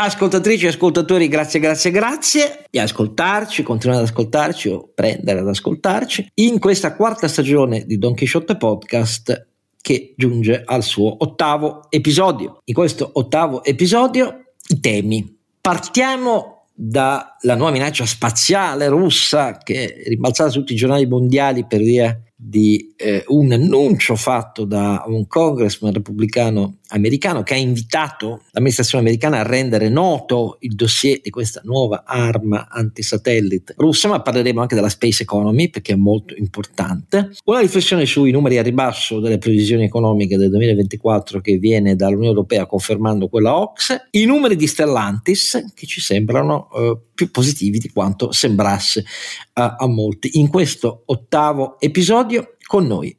Ascoltatrici e ascoltatori, grazie di ascoltarci, continuare ad ascoltarci o prendere ad ascoltarci in questa quarta stagione di Don Chisciotte Podcast, che giunge al suo 8° episodio. In questo 8° episodio i temi. Partiamo dalla nuova minaccia spaziale russa che è rimbalzata su tutti i giornali mondiali per via di un annuncio fatto da un congressman repubblicano americano che ha invitato l'amministrazione americana a rendere noto il dossier di questa nuova arma antisatellite russa, ma parleremo anche della space economy perché è molto importante. Una riflessione sui numeri a ribasso delle previsioni economiche del 2024 che viene dall'Unione Europea confermando quella OCSE, i numeri di Stellantis che ci sembrano più positivi di quanto sembrasse a molti. In questo 8° episodio con noi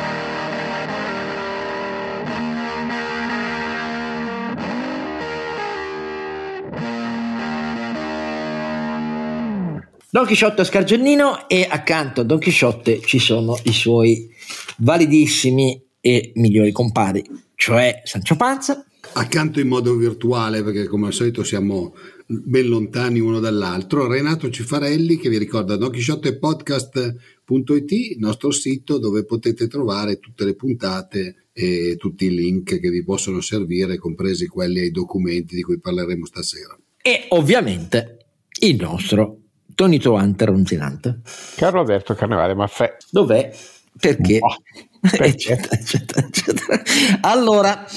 Don Chisciotte Oscar Giannino, e accanto a Don Chisciotte ci sono i suoi validissimi e migliori compari, cioè Sancio Panza. Accanto in modo virtuale, perché come al solito siamo ben lontani uno dall'altro, Renato Cifarelli, che vi ricorda donchisciottepodcast.it, il nostro sito dove potete trovare tutte le puntate e tutti i link che vi possono servire, compresi quelli ai documenti di cui parleremo stasera. E ovviamente il nostro Tonito Hunter Ronzinante. Carlo Alberto Carnevale Maffè. Dov'è? Perché? Eccetera. Allora,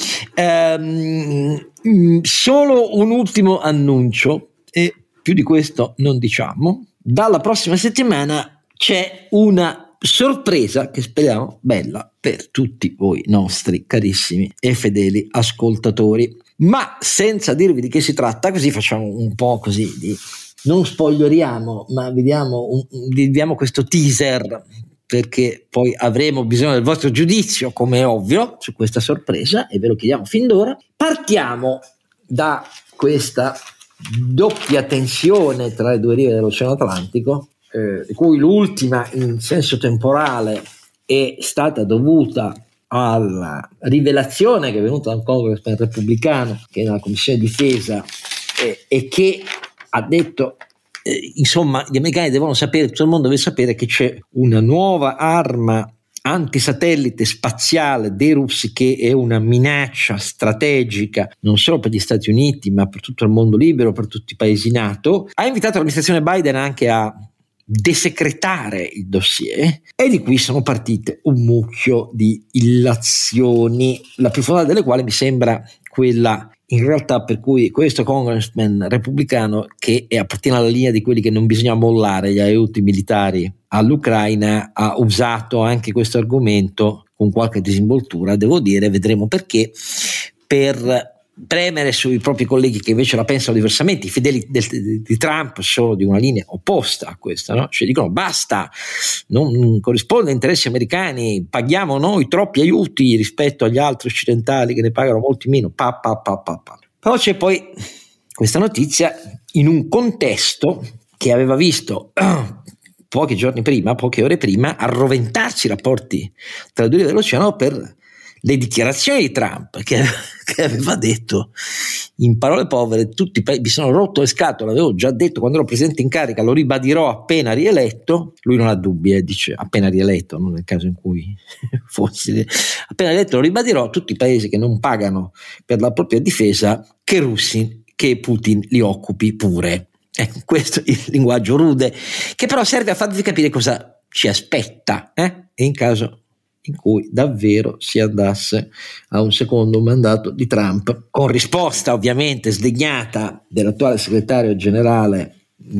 solo un ultimo annuncio, e più di questo non diciamo. Dalla prossima settimana c'è una sorpresa che speriamo bella per tutti voi nostri carissimi e fedeli ascoltatori, ma senza dirvi di che si tratta, così facciamo un po' così di non spoileriamo, ma vi diamo questo teaser, perché poi avremo bisogno del vostro giudizio, come è ovvio, su questa sorpresa, e ve lo chiediamo fin d'ora. Partiamo da questa doppia tensione tra le due rive dell'Oceano Atlantico, di cui l'ultima in senso temporale è stata dovuta alla rivelazione che è venuta da un congressman repubblicano che è nella Commissione Difesa e che ha detto insomma gli americani devono sapere, tutto il mondo deve sapere che c'è una nuova arma antisatellite spaziale dei russi che è una minaccia strategica non solo per gli Stati Uniti ma per tutto il mondo libero, per tutti i paesi NATO. Ha invitato l'amministrazione Biden anche a desecretare il dossier, e di qui sono partite un mucchio di illazioni, la più fondata delle quali mi sembra quella in realtà per cui questo congressman repubblicano, che appartiene alla linea di quelli che non bisogna mollare gli aiuti militari all'Ucraina, ha usato anche questo argomento con qualche disinvoltura, devo dire, vedremo perché, per premere sui propri colleghi che invece la pensano diversamente. I fedeli di Trump sono di una linea opposta a questa, no? Cioè dicono basta, non corrisponde a interessi americani, paghiamo noi troppi aiuti rispetto agli altri occidentali che ne pagano molti meno, Però c'è poi questa notizia in un contesto che aveva visto pochi ore prima arroventarsi i rapporti tra le due rive dell'oceano per le dichiarazioni di Trump che aveva detto in parole povere mi sono rotto le scatole, l'avevo già detto quando ero presidente in carica, lo ribadirò appena rieletto. Lui non ha dubbi, dice appena rieletto, non nel caso in cui fossi appena rieletto, lo ribadirò a tutti i paesi che non pagano per la propria difesa che Putin li occupi pure. Ecco, questo è il linguaggio rude che però serve a farvi capire cosa ci aspetta in caso in cui davvero si andasse a un secondo mandato di Trump, con risposta ovviamente sdegnata dell'attuale segretario generale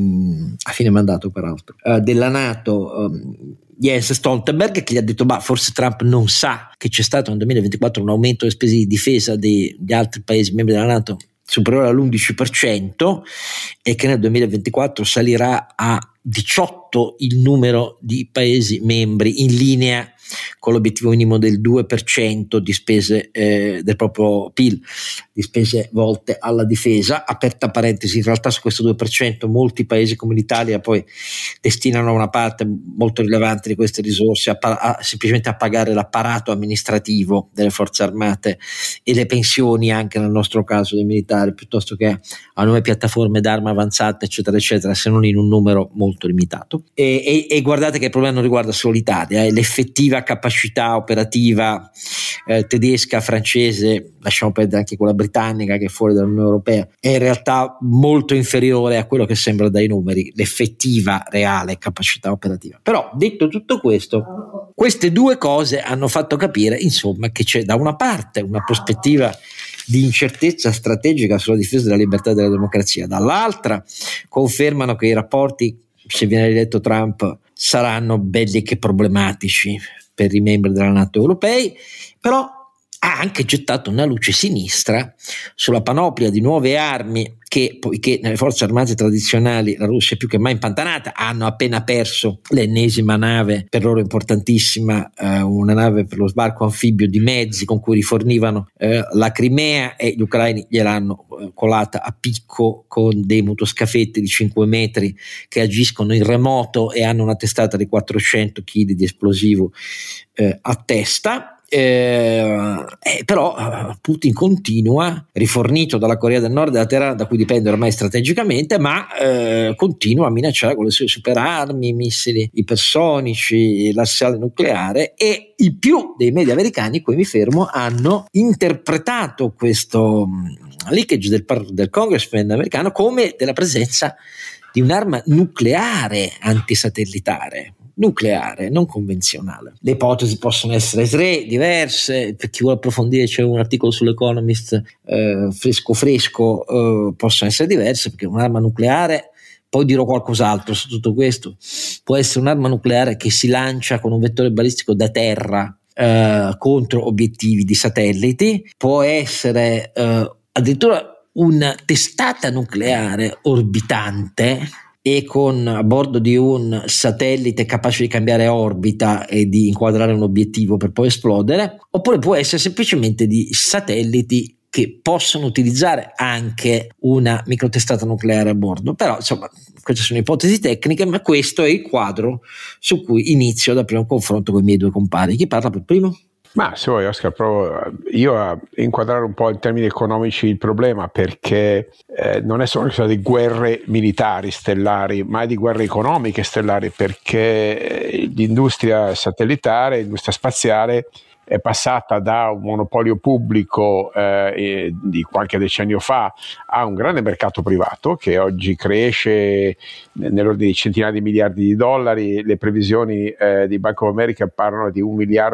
a fine mandato peraltro della NATO, Jens Stoltenberg, che gli ha detto forse Trump non sa che c'è stato nel 2024 un aumento delle spese di difesa degli altri paesi membri della NATO superiore all'11% e che nel 2024 salirà a 18 il numero di paesi membri, in linea con l'obiettivo minimo del 2% di spese del proprio PIL, di spese volte alla difesa. Aperta parentesi, in realtà su questo 2% molti paesi come l'Italia poi destinano una parte molto rilevante di queste risorse semplicemente a pagare l'apparato amministrativo delle forze armate e le pensioni, anche nel nostro caso dei militari, piuttosto che a nuove piattaforme d'arma avanzate eccetera eccetera, se non in un numero molto limitato. E guardate che il problema non riguarda solo l'Italia, l'effettiva capacità operativa tedesca, francese, lasciamo perdere anche quella britannica che è fuori dall'Unione Europea, è in realtà molto inferiore a quello che sembra dai numeri, l'effettiva reale capacità operativa. Però detto tutto questo, queste due cose hanno fatto capire insomma che c'è da una parte una prospettiva di incertezza strategica sulla difesa della libertà e della democrazia, dall'altra confermano che i rapporti, se viene rieletto Trump, saranno belli che problematici per i membri della NATO europei, però ha anche gettato una luce sinistra sulla panoplia di nuove armi che, poiché nelle forze armate tradizionali la Russia è più che mai impantanata, hanno appena perso l'ennesima nave per loro importantissima, una nave per lo sbarco anfibio di mezzi con cui rifornivano la Crimea, e gli ucraini gliel'hanno colata a picco con dei motoscafetti di 5 metri che agiscono in remoto e hanno una testata di 400 kg di esplosivo a testa. Però Putin continua, rifornito dalla Corea del Nord e da Teheran, da cui dipende ormai strategicamente, ma continua a minacciare con le sue superarmi, missili ipersonici, l'arsenale nucleare, e i più dei media americani, qui mi fermo, hanno interpretato questo leakage del congressman americano come della presenza di un'arma nucleare antisatellitare, nucleare, non convenzionale. Le ipotesi possono essere diverse, per chi vuole approfondire c'è un articolo sull'Economist fresco, possono essere diverse, perché un'arma nucleare, poi dirò qualcos'altro su tutto questo, può essere un'arma nucleare che si lancia con un vettore balistico da terra contro obiettivi di satelliti, può essere addirittura una testata nucleare orbitante e con a bordo di un satellite capace di cambiare orbita e di inquadrare un obiettivo per poi esplodere, oppure può essere semplicemente di satelliti che possono utilizzare anche una microtestata nucleare a bordo. Però insomma queste sono ipotesi tecniche, ma questo è il quadro su cui inizio ad aprire un confronto con i miei due compari. Chi parla per primo? Ma se vuoi, Oscar, provo io a inquadrare un po' in termini economici il problema, perché non è solo di guerre militari stellari, ma di guerre economiche stellari, perché l'industria satellitare, l'industria spaziale è passata da un monopolio pubblico di qualche decennio fa a un grande mercato privato che oggi cresce nell'ordine di centinaia di miliardi di dollari. Le previsioni di Bank of America parlano di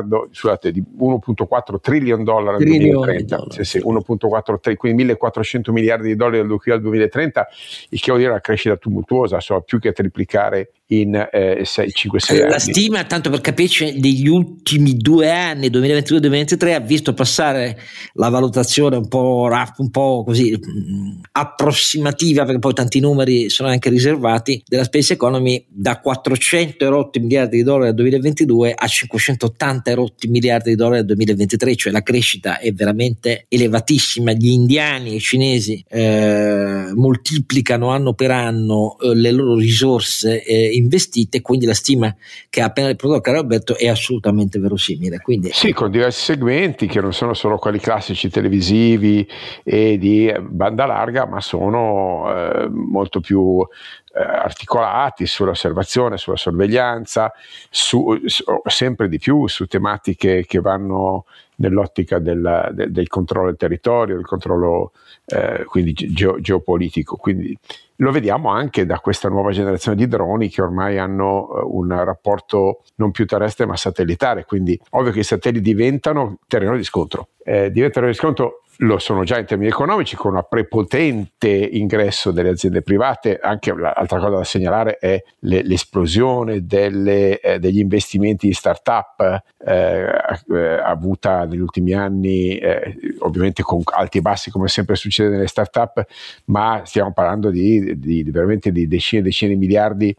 1.4 trillion dollari nel 2030, sì, 1.4, quindi 1.400 miliardi di dollari dal 2030, il che vuol dire una crescita tumultuosa, insomma, più che triplicare in 5-6 anni. La stima, tanto per capirci, degli ultimi 2 anni, 2022-2023, ha visto passare la valutazione un po' così approssimativa, perché poi tanti numeri sono anche riservati, della space economy da 400 erotti miliardi di dollari nel 2022 a 580 erotti miliardi di dollari nel 2023, cioè la crescita è veramente elevatissima. Gli indiani e i cinesi moltiplicano anno per anno le loro risorse investite, quindi la stima che ha appena riprodotto Carlo Alberto è assolutamente verosimile. Quindi sì, con diversi segmenti che non sono solo quelli classici televisivi e di banda larga, ma sono molto più articolati sull'osservazione, sulla sorveglianza, sempre di più su tematiche che vanno nell'ottica del controllo del territorio, del controllo quindi geopolitico. Quindi lo vediamo anche da questa nuova generazione di droni che ormai hanno un rapporto non più terrestre ma satellitare, quindi ovvio che i satelliti diventano terreno di scontro. Lo sono già in termini economici, con una prepotente ingresso delle aziende private. Anche l'altra cosa da segnalare è l'esplosione degli investimenti di start-up avuta negli ultimi anni, ovviamente con alti e bassi come sempre succede nelle start-up, ma stiamo parlando di veramente di decine e decine di miliardi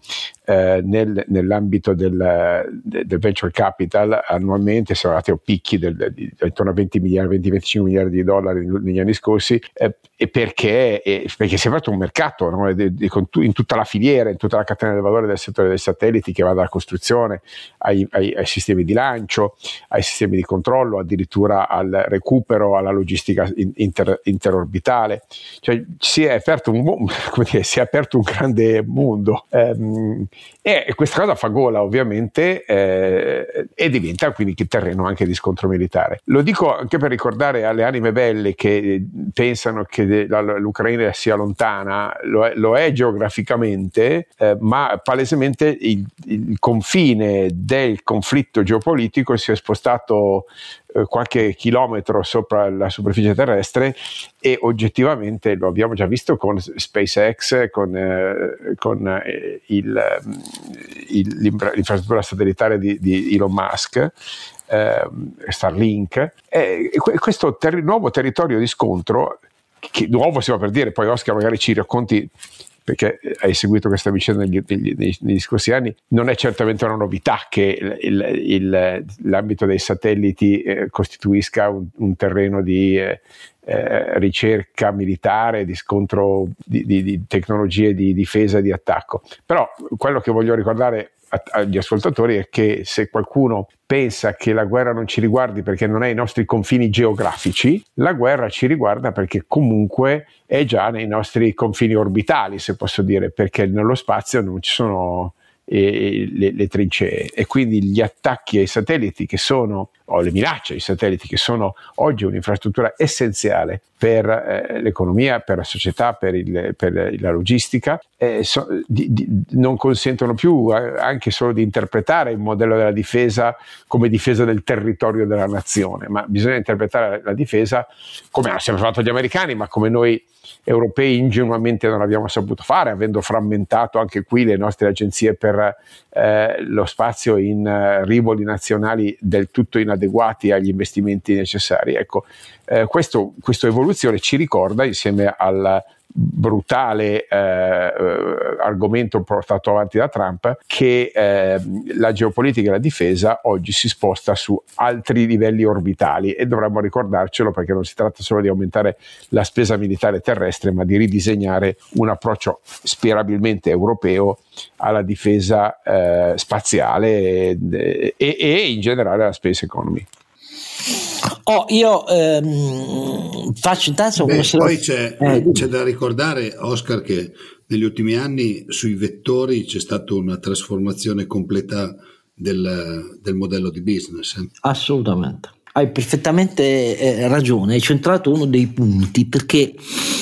nell'ambito del venture capital annualmente siamo arrivati a picchi intorno a 20-25 miliardi di dollari negli anni scorsi, e perché si è aperto un mercato, no? In tutta la filiera, in tutta la catena del valore del settore dei satelliti, che va dalla costruzione ai sistemi di lancio, ai sistemi di controllo, addirittura al recupero, alla logistica interorbitale. Cioè si è aperto un grande mondo, e questa cosa fa gola ovviamente, e diventa quindi terreno anche di scontro militare. Lo dico anche per ricordare alle anime belle che pensano che l'Ucraina sia lontana, lo è geograficamente, ma palesemente il confine del conflitto geopolitico si è spostato qualche chilometro sopra la superficie terrestre, e oggettivamente lo abbiamo già visto con SpaceX, con l'infrastruttura satellitare di Elon Musk, Starlink, questo nuovo territorio di scontro, che nuovo si va per dire, poi Oscar magari ci racconti, perché hai seguito questa vicenda negli scorsi anni. Non è certamente una novità che l'ambito dei satelliti costituisca un terreno di ricerca militare, di scontro di tecnologie di difesa e di attacco. Però quello che voglio ricordare agli ascoltatori è che se qualcuno pensa che la guerra non ci riguardi perché non è ai nostri confini geografici, la guerra ci riguarda perché comunque è già nei nostri confini orbitali, se posso dire, perché nello spazio non ci sono le trincee, e quindi gli attacchi ai satelliti o le minacce ai satelliti, che sono oggi un'infrastruttura essenziale per l'economia, per la società, per la logistica, non consentono più anche solo di interpretare il modello della difesa come difesa del territorio della nazione, ma bisogna interpretare la difesa come hanno sempre fatto gli americani, ma come noi europei ingenuamente non abbiamo saputo fare, avendo frammentato anche qui le nostre agenzie per lo spazio in rivoli nazionali del tutto inadeguati agli investimenti necessari. Ecco, questa evoluzione ci ricorda, insieme al brutale argomento portato avanti da Trump, che la geopolitica e la difesa oggi si sposta su altri livelli orbitali, e dovremmo ricordarcelo, perché non si tratta solo di aumentare la spesa militare terrestre, ma di ridisegnare un approccio sperabilmente europeo alla difesa spaziale e in generale alla space economy. Io faccio intanto poi c'è da ricordare, Oscar, che negli ultimi anni sui vettori c'è stata una trasformazione completa del modello di business. Assolutamente, hai perfettamente ragione, hai centrato uno dei punti, perché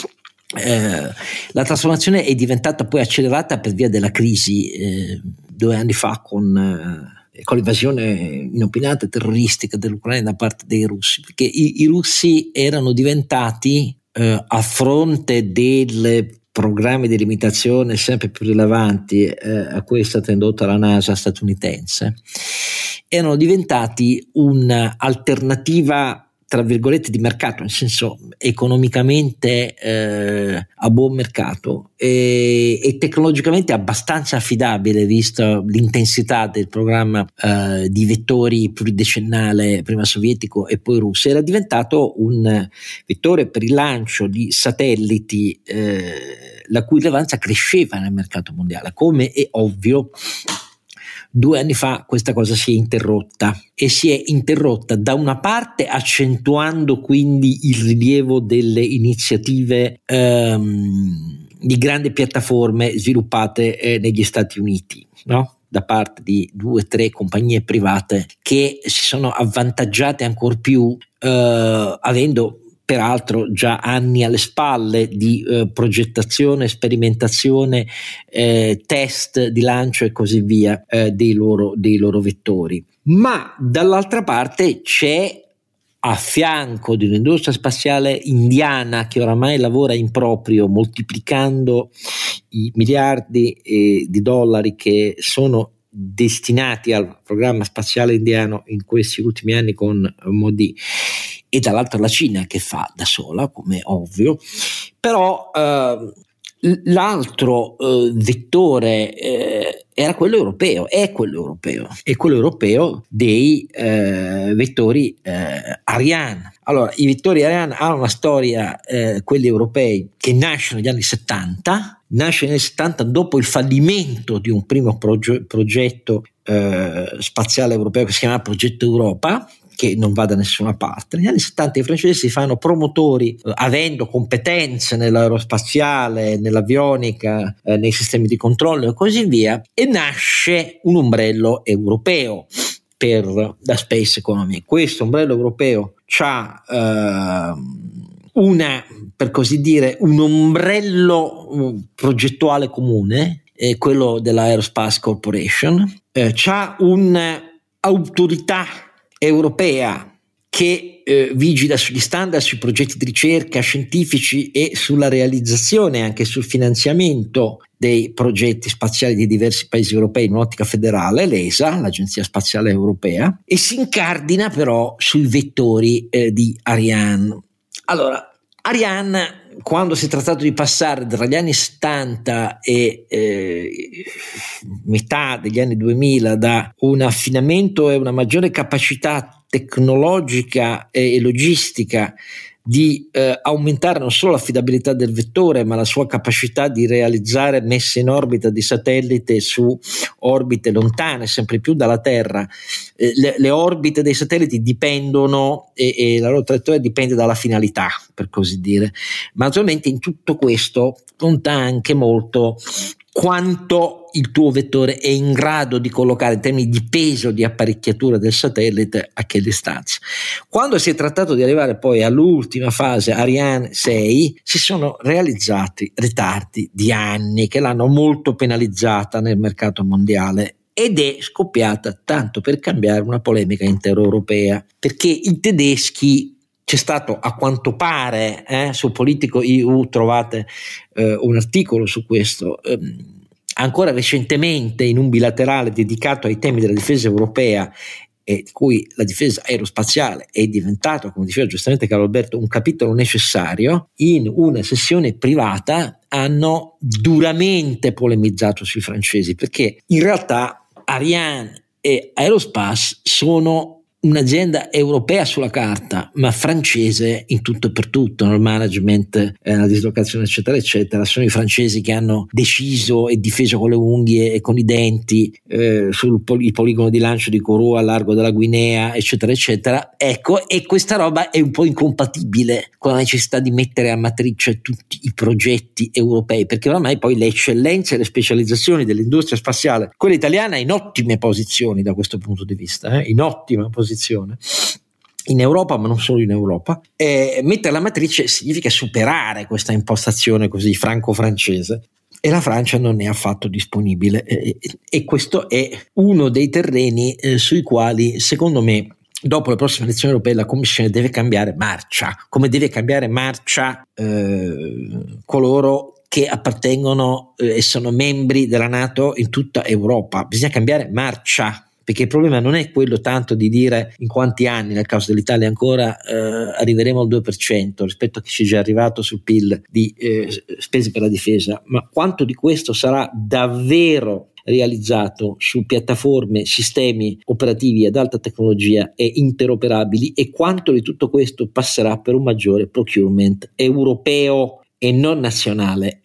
la trasformazione è diventata poi accelerata per via della crisi 2 anni fa con l'invasione inopinata terroristica dell'Ucraina da parte dei russi, perché i russi erano diventati, a fronte dei programmi di limitazione sempre più rilevanti a cui è stata indotta la NASA statunitense, erano diventati un'alternativa tra virgolette di mercato, nel senso economicamente a buon mercato e tecnologicamente abbastanza affidabile, vista l'intensità del programma di vettori pluridecennale, prima sovietico e poi russo. Era diventato un vettore per il lancio di satelliti la cui rilevanza cresceva nel mercato mondiale. Come è ovvio, 2 anni fa questa cosa si è interrotta, e si è interrotta da una parte accentuando quindi il rilievo delle iniziative di grandi piattaforme sviluppate negli Stati Uniti, no? Da parte di 2 o 3 compagnie private che si sono avvantaggiate ancor più, avendo peraltro già anni alle spalle di progettazione, sperimentazione, test di lancio e così via dei loro vettori. Ma dall'altra parte c'è, a fianco di un'industria spaziale indiana che oramai lavora in proprio, moltiplicando i miliardi di dollari che sono destinati al programma spaziale indiano in questi ultimi anni con Modi, e dall'altro la Cina che fa da sola, come ovvio. Però l'altro vettore era quello europeo, è quello europeo dei vettori Ariane. Allora, i vettori Ariane hanno una storia, quelli europei, che nascono negli anni 70, dopo il fallimento di un primo progetto spaziale europeo che si chiama Progetto Europa, che non va da nessuna parte. Negli anni 70 i francesi si fanno promotori, avendo competenze nell'aerospaziale, nell'avionica, nei sistemi di controllo e così via, e nasce un ombrello europeo per la space economy. Questo ombrello europeo c'ha per così dire, un ombrello progettuale comune, quello dell'Aerospace Corporation, c'ha un'autorità europea che vigila sugli standard, sui progetti di ricerca scientifici e sulla realizzazione, anche sul finanziamento dei progetti spaziali di diversi paesi europei in un'ottica federale, l'ESA, l'Agenzia Spaziale Europea, e si incardina però sui vettori di Ariane. Allora, Ariane, quando si è trattato di passare tra gli anni 70 e metà degli anni 2000 da un affinamento e una maggiore capacità tecnologica e logistica di aumentare non solo l'affidabilità del vettore, ma la sua capacità di realizzare messe in orbita di satellite su orbite lontane, sempre più dalla Terra. Le orbite dei satelliti dipendono e la loro traiettoria dipende dalla finalità, per così dire. Ma naturalmente in tutto questo conta anche molto quanto il tuo vettore è in grado di collocare in termini di peso di apparecchiatura del satellite a che distanza. Quando si è trattato di arrivare poi all'ultima fase, Ariane 6, si sono realizzati ritardi di anni che l'hanno molto penalizzata nel mercato mondiale, ed è scoppiata, tanto per cambiare, una polemica intereuropea, perché i tedeschi, c'è stato a quanto pare su Politico EU trovate un articolo su questo, ancora recentemente in un bilaterale dedicato ai temi della difesa europea, e di cui la difesa aerospaziale è diventato, come diceva giustamente Carlo Alberto, un capitolo necessario, in una sessione privata hanno duramente polemizzato sui francesi, perché in realtà Ariane e Aerospace sono un'azienda europea sulla carta, ma francese in tutto e per tutto, nel management, la dislocazione eccetera eccetera. Sono i francesi che hanno deciso e difeso con le unghie e con i denti sul poligono di lancio di Kourou a largo della Guinea eccetera eccetera. Ecco, e questa roba è un po' incompatibile con la necessità di mettere a matrice tutti i progetti europei, perché oramai poi le eccellenze e le specializzazioni dell'industria spaziale, quella italiana è in ottime posizioni da questo punto di vista, in ottima posizione in Europa, ma non solo in Europa. Mettere la matrice significa superare questa impostazione così franco-francese, e la Francia non ne è affatto disponibile, e questo è uno dei terreni sui quali, secondo me, dopo le prossime elezioni europee la Commissione deve cambiare marcia, come deve cambiare marcia coloro che appartengono e sono membri della NATO in tutta Europa. Bisogna cambiare marcia, perché il problema non è quello tanto di dire in quanti anni, nel caso dell'Italia ancora, arriveremo al 2% rispetto a chi ci è già arrivato sul PIL di spese per la difesa, ma quanto di questo sarà davvero realizzato su piattaforme, sistemi operativi ad alta tecnologia e interoperabili, e quanto di tutto questo passerà per un maggiore procurement europeo e non nazionale,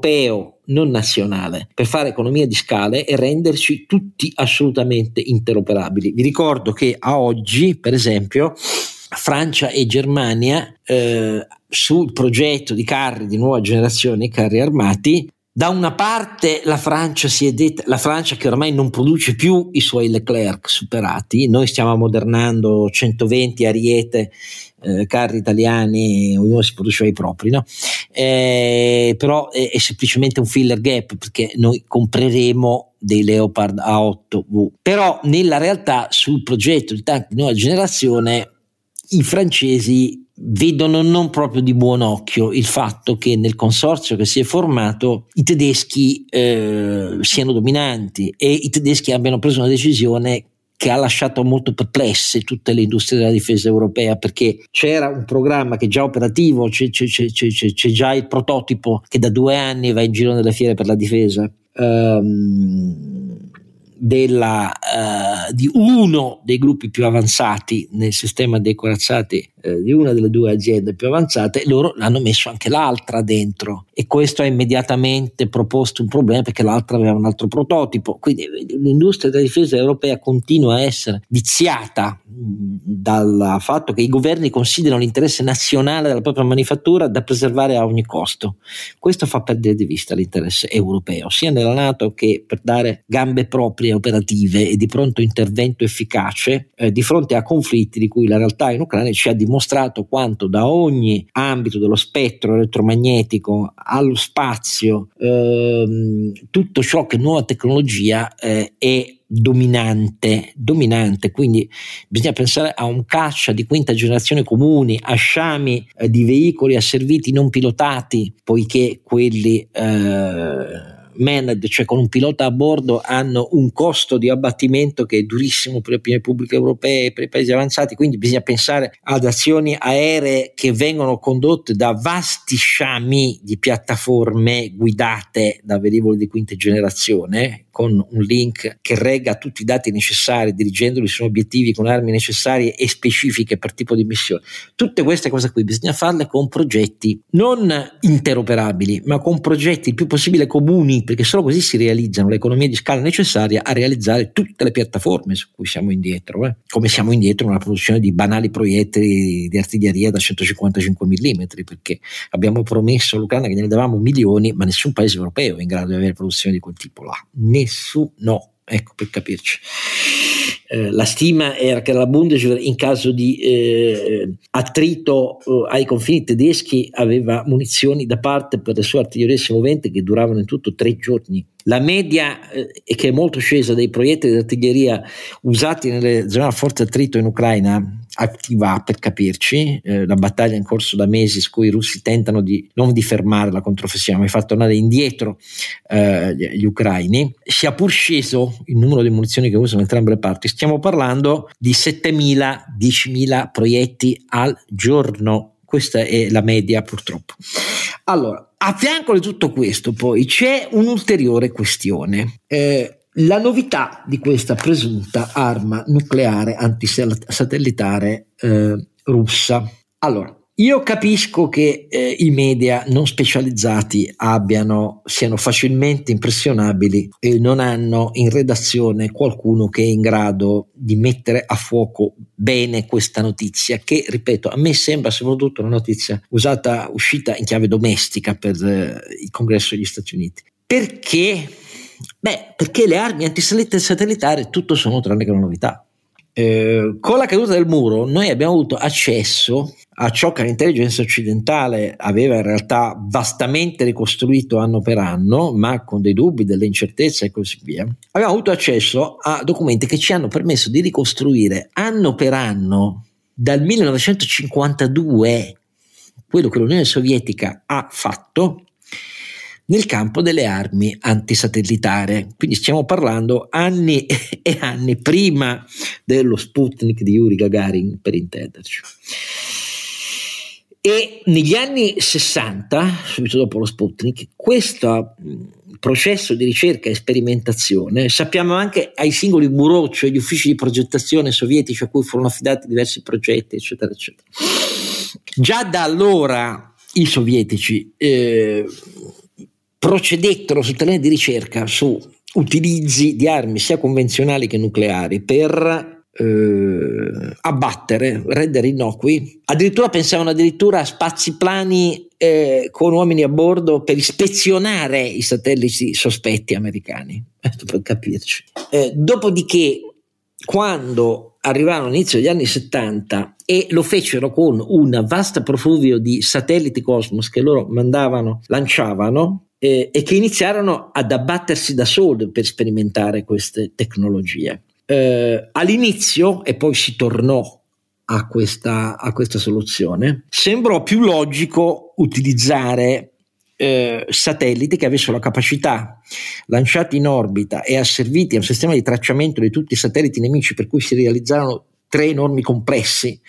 per fare economia di scale e renderci tutti assolutamente interoperabili. Vi ricordo che a oggi, per esempio, Francia e Germania sul progetto di carri di nuova generazione, carri armati, da una parte la Francia che ormai non produce più i suoi Leclerc superati, noi stiamo ammodernando 120 Ariete, carri italiani, ognuno si produce i propri, no? Però è semplicemente un filler gap, perché noi compreremo dei Leopard A8V, però nella realtà sul progetto di tank di nuova generazione i francesi vedono non proprio di buon occhio il fatto che nel consorzio che si è formato i tedeschi siano dominanti, e i tedeschi abbiano preso una decisione che ha lasciato molto perplesse tutte le industrie della difesa europea, perché c'era un programma che è già operativo, c'è già il prototipo che da 2 anni va in giro nelle fiere per la difesa. di uno dei gruppi più avanzati nel sistema dei corazzati, di una delle due aziende più avanzate. Loro l'hanno messo anche l'altra dentro, e questo ha immediatamente proposto un problema, perché l'altra aveva un altro prototipo. Quindi l'industria della difesa europea continua a essere viziata dal fatto che i governi considerano l'interesse nazionale della propria manifattura da preservare a ogni costo. Questo fa perdere di vista l'interesse europeo, sia nella NATO che per dare gambe proprie operative e di pronto intervento efficace di fronte a conflitti di cui la realtà in Ucraina ci ha dimostrato quanto da ogni ambito, dello spettro elettromagnetico allo spazio, tutto ciò che è nuova tecnologia è dominante. Quindi bisogna pensare a un caccia di quinta generazione comuni, a sciami di veicoli asserviti non pilotati, poiché quelli managed, cioè con un pilota a bordo, hanno un costo di abbattimento che è durissimo per le opinioni pubbliche europee e per i paesi avanzati. Quindi bisogna pensare ad azioni aeree che vengono condotte da vasti sciami di piattaforme guidate da velivoli di quinta generazione, con un link che regga tutti i dati necessari, dirigendoli su obiettivi con armi necessarie e specifiche per tipo di missione. Tutte queste cose qui bisogna farle con progetti non interoperabili, ma con progetti il più possibile comuni, perché solo così si realizzano le economie di scala necessarie a realizzare tutte le piattaforme su cui siamo indietro, come siamo indietro nella produzione di banali proiettili di artiglieria da 155 mm, perché abbiamo promesso all'Ucraina che gliene davamo milioni, ma nessun paese europeo è in grado di avere produzione di quel tipo là. Nessuno, ecco, per capirci. La stima era che la Bundeswehr, in caso di attrito ai confini tedeschi, aveva munizioni da parte per le sue artiglierie semoventi che duravano in tutto 3 giorni. La media, che è molto scesa, dei proiettili di artiglieria usati nelle zone a forte attrito in Ucraina attiva, per capirci, la battaglia in corso da mesi, su cui i russi tentano non di fermare la controffensiva, ma di far tornare indietro gli ucraini, sia pur sceso il numero di munizioni che usano entrambe le parti. Stiamo parlando di 7.000-10.000 proiettili al giorno. Questa è la media, purtroppo. Allora, a fianco di tutto questo poi c'è un'ulteriore questione. La novità di questa presunta arma nucleare antisatellitare russa. Allora, io capisco che i media non specializzati siano facilmente impressionabili e non hanno in redazione qualcuno che è in grado di mettere a fuoco bene questa notizia, che, ripeto, a me sembra soprattutto una notizia uscita in chiave domestica per il Congresso degli Stati Uniti. Perché? Perché le armi antisatellitari tutto sono tranne che una novità. Con la caduta del muro noi abbiamo avuto accesso a ciò che l'intelligence occidentale aveva in realtà vastamente ricostruito anno per anno, ma con dei dubbi, delle incertezze e così via. Abbiamo avuto accesso a documenti che ci hanno permesso di ricostruire anno per anno, dal 1952, quello che l'Unione Sovietica ha fatto nel campo delle armi antisatellitari. Quindi stiamo parlando anni e anni prima dello Sputnik di Yuri Gagarin, per intenderci. E negli anni 60, subito dopo lo Sputnik, questo processo di ricerca e sperimentazione, sappiamo anche ai singoli bureau, cioè gli uffici di progettazione sovietici a cui furono affidati diversi progetti, eccetera, eccetera. Già da allora i sovietici procedettero sul terreno di ricerca su utilizzi di armi sia convenzionali che nucleari per abbattere, rendere innocui. Addirittura pensavano a spaziplani con uomini a bordo per ispezionare i satelliti sospetti americani, per capirci. Dopodiché, quando arrivarono all'inizio degli anni 70 e lo fecero con un vasto profluvio di satelliti Cosmos che loro lanciavano, e che iniziarono ad abbattersi da soli per sperimentare queste tecnologie. All'inizio, e poi si tornò a questa soluzione, sembrò più logico utilizzare satelliti che avessero la capacità, lanciati in orbita e asserviti a un sistema di tracciamento di tutti i satelliti nemici, per cui si realizzarono 3 enormi complessi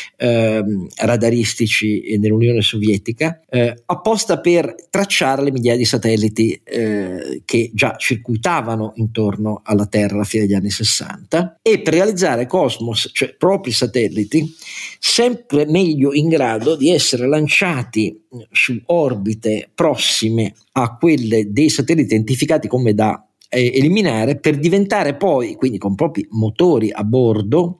radaristici nell'Unione Sovietica, apposta per tracciare le migliaia di satelliti che già circuitavano intorno alla Terra alla fine degli anni 60, e per realizzare Cosmos, cioè propri satelliti, sempre meglio in grado di essere lanciati su orbite prossime a quelle dei satelliti identificati come da eliminare, per diventare poi, quindi con propri motori a bordo,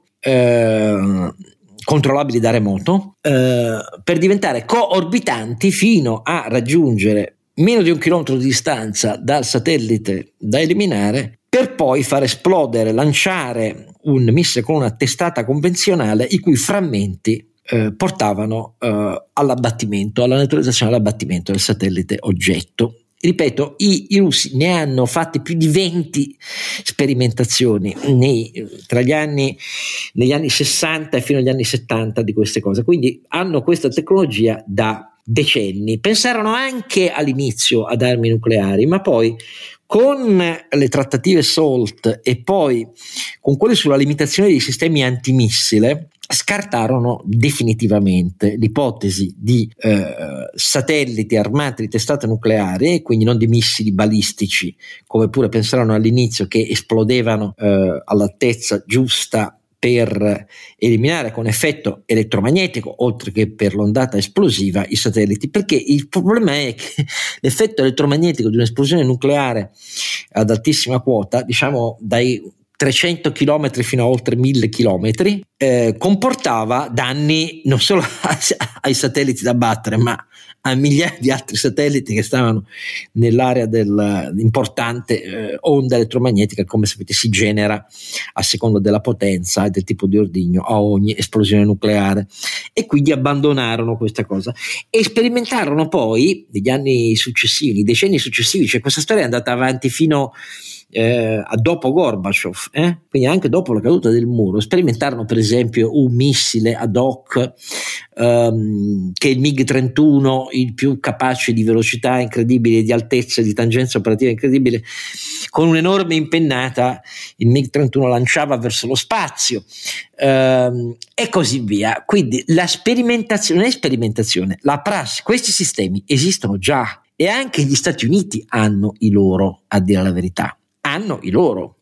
controllabili da remoto, per diventare coorbitanti fino a raggiungere meno di 1 chilometro di distanza dal satellite da eliminare, per poi far esplodere, lanciare un missile con una testata convenzionale i cui frammenti portavano all'abbattimento, alla neutralizzazione, all'abbattimento del satellite oggetto. Ripeto, i russi ne hanno fatte più di 20 sperimentazioni negli anni 60 e fino agli anni 70 di queste cose, quindi hanno questa tecnologia da decenni. Pensarono anche all'inizio ad armi nucleari, ma poi con le trattative SALT e poi con quelle sulla limitazione dei sistemi antimissile scartarono definitivamente l'ipotesi di satelliti armati di testate nucleari, e quindi non di missili balistici, come pure pensarono all'inizio, che esplodevano all'altezza giusta per eliminare con effetto elettromagnetico oltre che per l'ondata esplosiva i satelliti, perché il problema è che l'effetto elettromagnetico di un'esplosione nucleare ad altissima quota, diciamo dai 300 km fino a oltre 1000 km, comportava danni non solo ai satelliti da battere, ma a migliaia di altri satelliti che stavano nell'area dell'importante onda elettromagnetica, come sapete si genera a seconda della potenza e del tipo di ordigno a ogni esplosione nucleare, e quindi abbandonarono questa cosa e sperimentarono poi negli anni successivi, nei decenni successivi, cioè questa storia è andata avanti fino a dopo Gorbaciov, quindi anche dopo la caduta del muro. Sperimentarono per esempio un missile ad hoc che è il MiG-31, il più capace di velocità incredibile, di altezza, di tangenza operativa incredibile, con un'enorme impennata il MiG-31 lanciava verso lo spazio, e così via. Quindi la sperimentazione, non è sperimentazione, la prassi, questi sistemi esistono già, e anche gli Stati Uniti hanno i loro, a dire la verità, hanno i loro,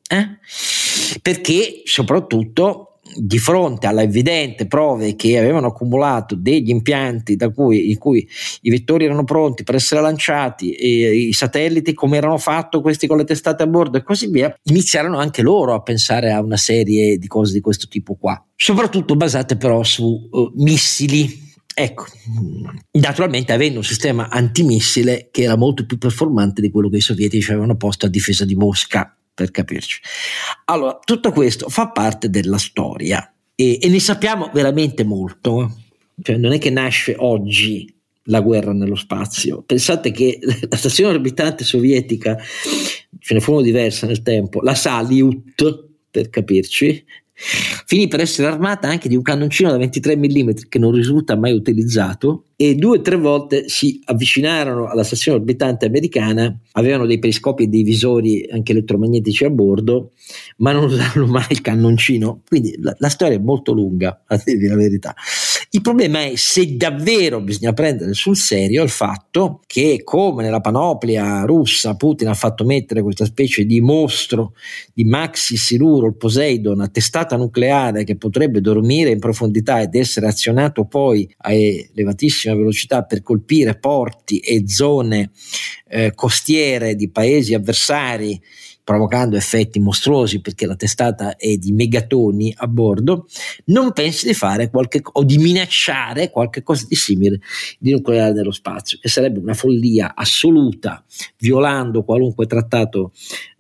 perché soprattutto di fronte alla evidente prove che avevano accumulato degli impianti in cui i vettori erano pronti per essere lanciati, e i satelliti come erano fatti questi con le testate a bordo e così via, iniziarono anche loro a pensare a una serie di cose di questo tipo qua, soprattutto basate però su missili. Ecco, naturalmente avendo un sistema antimissile che era molto più performante di quello che i sovietici avevano posto a difesa di Mosca, per capirci. Allora, tutto questo fa parte della storia e ne sappiamo veramente molto, cioè non è che nasce oggi la guerra nello spazio. Pensate che la stazione orbitante sovietica, ce ne furono diverse nel tempo, la Salyut, per capirci, finì per essere armata anche di un cannoncino da 23 mm che non risulta mai utilizzato, e 2 o 3 volte si avvicinarono alla stazione orbitante americana, avevano dei periscopi e dei visori anche elettromagnetici a bordo, ma non usarono mai il cannoncino. Quindi la storia è molto lunga, a dirvi la verità. Il problema è se davvero bisogna prendere sul serio il fatto che, come nella panoplia russa, Putin ha fatto mettere questa specie di mostro di maxi siluro, il Poseidon, a testata nucleare che potrebbe dormire in profondità ed essere azionato poi a elevatissima velocità per colpire porti e zone costiere di paesi avversari, provocando effetti mostruosi perché la testata è di megatoni a bordo. Non pensi di fare o di minacciare qualche cosa di simile di nucleare nello spazio, che sarebbe una follia assoluta, violando qualunque trattato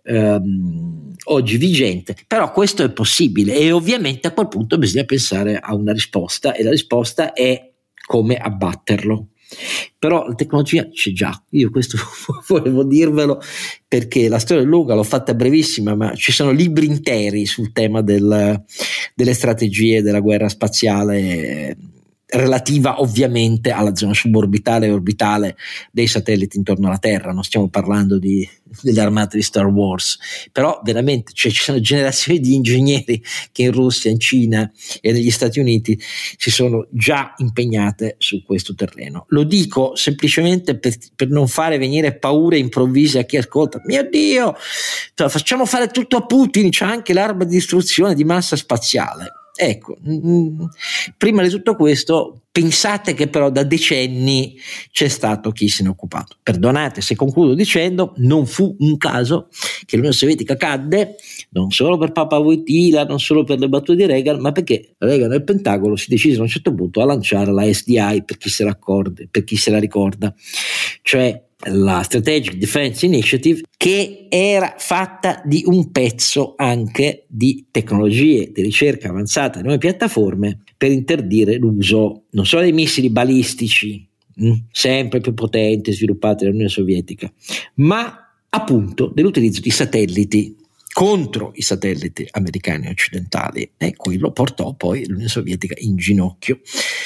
oggi vigente. Però questo è possibile, e ovviamente a quel punto bisogna pensare a una risposta, e la risposta è come abbatterlo. Però la tecnologia c'è già, io questo volevo dirvelo perché la storia è lunga, l'ho fatta brevissima, ma ci sono libri interi sul tema delle strategie della guerra spaziale relativa ovviamente alla zona suborbitale e orbitale dei satelliti intorno alla Terra. Non stiamo parlando delle armate di Star Wars, però veramente ci sono generazioni di ingegneri che in Russia, in Cina e negli Stati Uniti si sono già impegnate su questo terreno. Lo dico semplicemente per non fare venire paure improvvise a chi ascolta. Mio Dio, facciamo fare tutto a Putin, c'è anche l'arma di distruzione di massa spaziale. Ecco, prima di tutto questo, pensate che però da decenni c'è stato chi se ne è occupato. Perdonate se concludo dicendo, non fu un caso che l'Unione Sovietica cadde, non solo per Papa Wojtyla, non solo per le battute di Reagan, ma perché Reagan e il Pentagono si decisero a un certo punto a lanciare la SDI, per chi se la ricorda, cioè la Strategic Defense Initiative, che era fatta di un pezzo anche di tecnologie di ricerca avanzata di nuove piattaforme per interdire l'uso non solo dei missili balistici sempre più potenti sviluppati dall'Unione Sovietica, ma appunto dell'utilizzo di satelliti contro i satelliti americani e occidentali, e quello portò poi l'Unione Sovietica in ginocchio.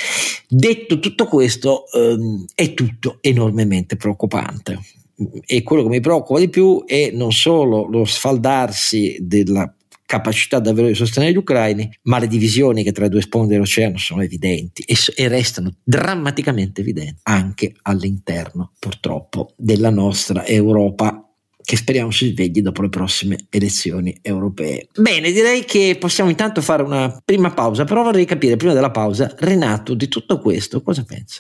Detto tutto questo, è tutto enormemente preoccupante, e quello che mi preoccupa di più è non solo lo sfaldarsi della capacità davvero di sostenere gli ucraini, ma le divisioni che tra le due sponde dell'oceano sono evidenti e restano drammaticamente evidenti anche all'interno, purtroppo, della nostra Europa, che speriamo si svegli dopo le prossime elezioni europee. Bene, direi che possiamo intanto fare una prima pausa, però vorrei capire prima della pausa, Renato, di tutto questo cosa pensa?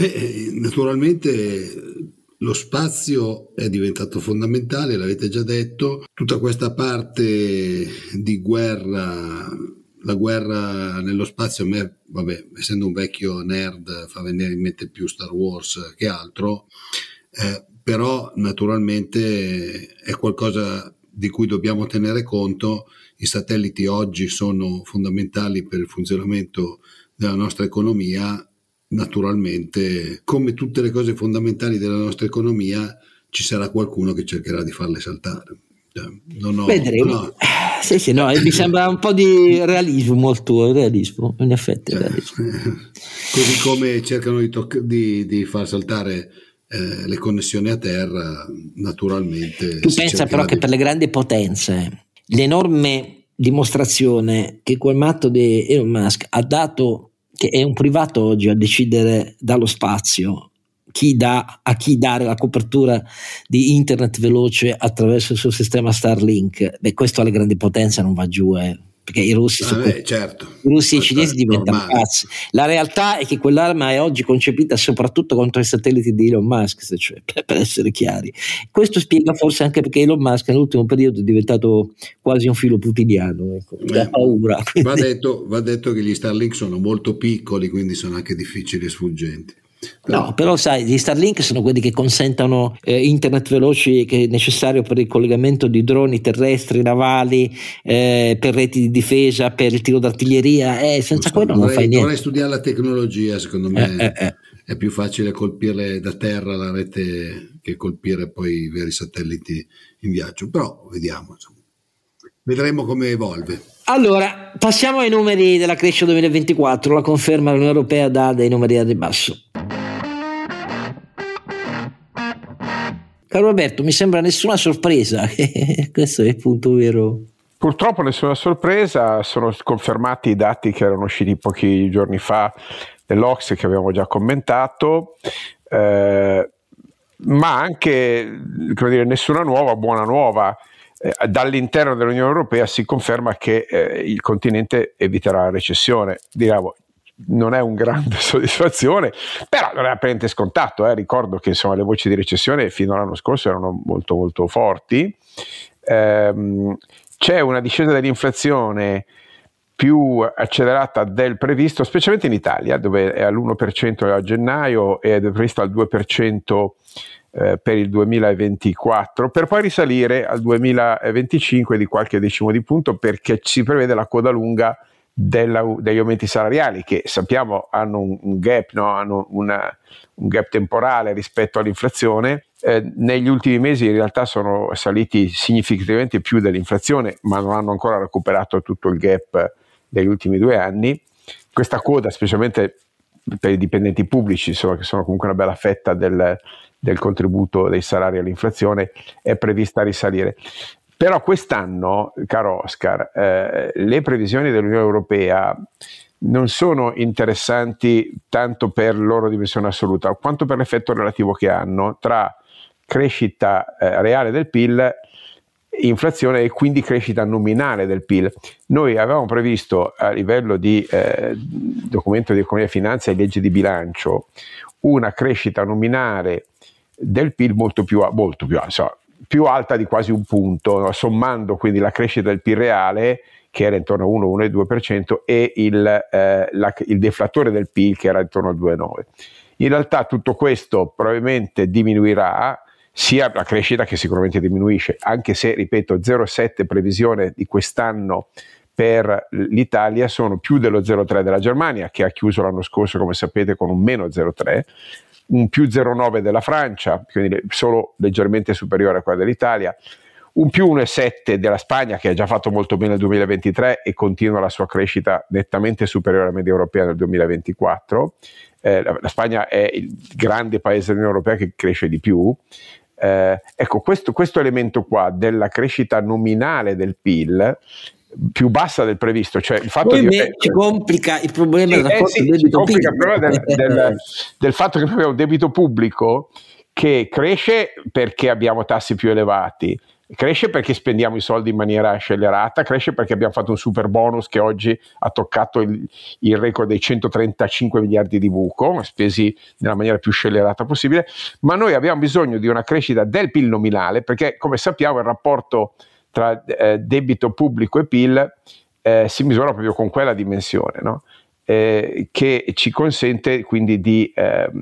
Naturalmente lo spazio è diventato fondamentale, l'avete già detto, tutta questa parte di guerra, la guerra nello spazio, a me, vabbè, essendo un vecchio nerd, fa venire in mente più Star Wars che altro, però naturalmente è qualcosa di cui dobbiamo tenere conto. I satelliti oggi sono fondamentali per il funzionamento della nostra economia. Naturalmente, come tutte le cose fondamentali della nostra economia, ci sarà qualcuno che cercherà di farle saltare. Vedremo. Sì, no, mi sembra un po' di realismo il tuo, realismo, in effetti realismo. Così come cercano di far saltare le connessioni a terra, naturalmente. Tu pensa però che per le grandi potenze l'enorme dimostrazione che quel matto di Elon Musk ha dato, che è un privato oggi a decidere dallo spazio a chi dare la copertura di internet veloce attraverso il suo sistema Starlink, questo alle grandi potenze non va giù, perché i russi, certo. I russi e i cinesi diventano pazzi. La realtà è che quell'arma è oggi concepita soprattutto contro i satelliti di Elon Musk, cioè, per essere chiari. Questo spiega forse anche perché Elon Musk nell'ultimo periodo è diventato quasi un filo putiniano, da paura. Va detto che gli Starlink sono molto piccoli, quindi sono anche difficili e sfuggenti. No, però sai, gli Starlink sono quelli che consentono internet veloci, che è necessario per il collegamento di droni terrestri, navali, per reti di difesa, per il tiro d'artiglieria, senza quello non fai niente. Dovrei studiare la tecnologia, secondo me è più facile colpire da terra la rete che colpire poi i veri satelliti in viaggio, però vediamo, insomma. Vedremo come evolve. Allora, passiamo ai numeri della crescita 2024, la conferma dell'Unione Europea dà dei numeri al ribasso. Caro Alberto, mi sembra nessuna sorpresa, questo è il punto vero. Purtroppo nessuna sorpresa, sono confermati i dati che erano usciti pochi giorni fa dell'Ocse, che avevamo già commentato, ma anche, come dire, nessuna buona nuova. Dall'interno dell'Unione Europea si conferma che il continente eviterà la recessione. Diciamo, non è un grande soddisfazione, però non è apparentemente scontato. Ricordo che insomma le voci di recessione fino all'anno scorso erano molto molto forti. C'è una discesa dell'inflazione più accelerata del previsto, specialmente in Italia, dove è all'1% a gennaio ed è prevista al 2% per il 2024, per poi risalire al 2025 di qualche decimo di punto, perché si prevede la coda lunga degli aumenti salariali, che sappiamo hanno un gap, hanno un gap temporale rispetto all'inflazione. Negli ultimi mesi in realtà sono saliti significativamente più dell'inflazione, ma non hanno ancora recuperato tutto il gap degli ultimi 2 anni. Questa coda, specialmente per i dipendenti pubblici, insomma, che sono comunque una bella fetta del contributo dei salari all'inflazione, è prevista risalire. Però quest'anno, caro Oscar, le previsioni dell'Unione Europea non sono interessanti tanto per loro dimensione assoluta, quanto per l'effetto relativo che hanno tra crescita reale del PIL, inflazione e quindi crescita nominale del PIL. Noi avevamo previsto a livello di documento di economia e finanza e legge di bilancio una crescita nominale del PIL molto più alta di quasi un punto, no? Sommando quindi la crescita del PIL reale, che era intorno a 1,2%, e il deflatore del PIL, che era intorno al 2,9%. In realtà tutto questo probabilmente diminuirà, sia la crescita, che sicuramente diminuisce, anche se, ripeto, 0,7 previsione di quest'anno per l'Italia, sono più dello 0,3 della Germania, che ha chiuso l'anno scorso, come sapete, con un meno 0,3, un più 0,9 della Francia, quindi solo leggermente superiore a quella dell'Italia, un più 1,7 della Spagna, che ha già fatto molto bene nel 2023 e continua la sua crescita nettamente superiore alla media europea nel 2024. La Spagna è il grande paese dell'Unione Europea che cresce di più. Ecco, questo elemento qua della crescita nominale del PIL più bassa del previsto, cioè il fatto ci complica il problema del rapporto debito-PIL. Il problema del fatto che noi abbiamo un debito pubblico che cresce perché abbiamo tassi più elevati, cresce perché spendiamo i soldi in maniera scellerata, cresce perché abbiamo fatto un super bonus che oggi ha toccato il record dei 135 miliardi di buco, spesi nella maniera più scellerata possibile, ma noi abbiamo bisogno di una crescita del PIL nominale, perché come sappiamo il rapporto tra debito pubblico e PIL si misura proprio con quella dimensione, no? Che ci consente quindi di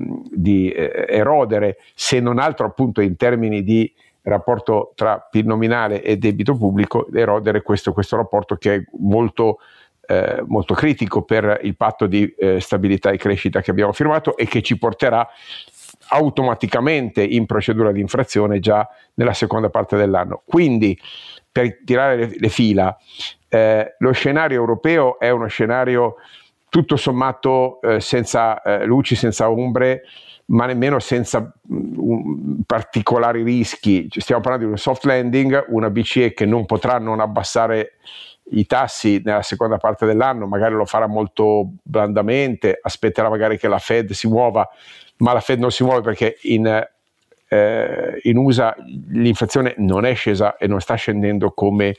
erodere, se non altro appunto in termini di rapporto tra PIL nominale e debito pubblico, erodere questo rapporto, che è molto critico per il patto di stabilità e crescita che abbiamo firmato e che ci porterà automaticamente in procedura di infrazione già nella seconda parte dell'anno. Quindi, per tirare le fila, lo scenario europeo è uno scenario tutto sommato senza luci, senza ombre, ma nemmeno senza particolari rischi. Stiamo parlando di un soft landing, una BCE che non potrà non abbassare i tassi nella seconda parte dell'anno, magari lo farà molto blandamente, aspetterà magari che la Fed si muova, ma la Fed non si muove perché in USA l'inflazione non è scesa e non sta scendendo come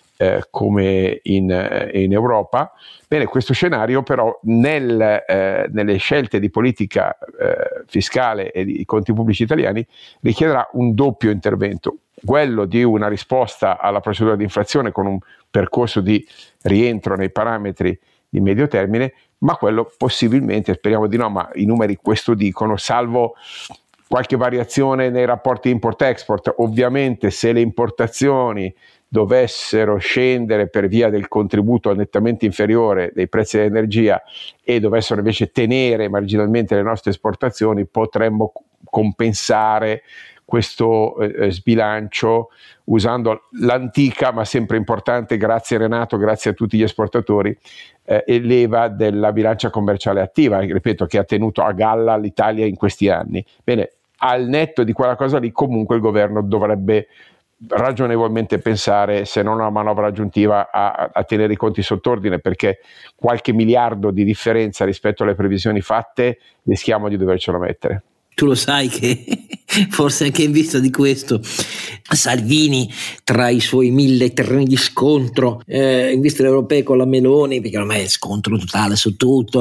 in Europa. Bene, questo scenario però nelle scelte di politica fiscale e di conti pubblici italiani richiederà un doppio intervento, quello di una risposta alla procedura di infrazione con un percorso di rientro nei parametri di medio termine, ma quello possibilmente, speriamo di no, ma i numeri questo dicono, salvo qualche variazione nei rapporti import-export. Ovviamente se le importazioni dovessero scendere per via del contributo nettamente inferiore dei prezzi dell'energia e dovessero invece tenere marginalmente le nostre esportazioni, potremmo compensare questo sbilancio usando l'antica ma sempre importante, grazie Renato, grazie a tutti gli esportatori, leva della bilancia commerciale attiva, ripeto, che ha tenuto a galla l'Italia in questi anni. Bene, al netto di quella cosa lì comunque il governo dovrebbe ragionevolmente pensare, se non una manovra aggiuntiva, a tenere i conti sott'ordine, perché qualche miliardo di differenza rispetto alle previsioni fatte rischiamo di dovercelo mettere. Tu lo sai che forse anche in vista di questo Salvini, tra i suoi 1000 terreni di scontro in vista delle europee con la Meloni, perché ormai è scontro totale su tutto,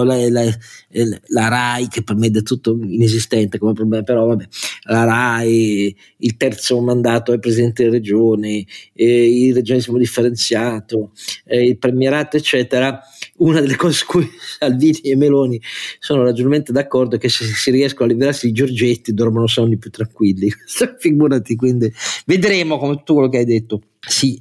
la RAI, che per me è del tutto inesistente come problema, però vabbè, la RAI, il terzo mandato ai presidenti delle regioni, il regionalismo differenziato, il premierato eccetera. Una delle cose su cui Salvini e Meloni sono ragionevolmente d'accordo è che se si riescono a liberarsi di Giorgetti dormono sonni più tranquilli. Figurati, quindi vedremo come tutto quello che hai detto. si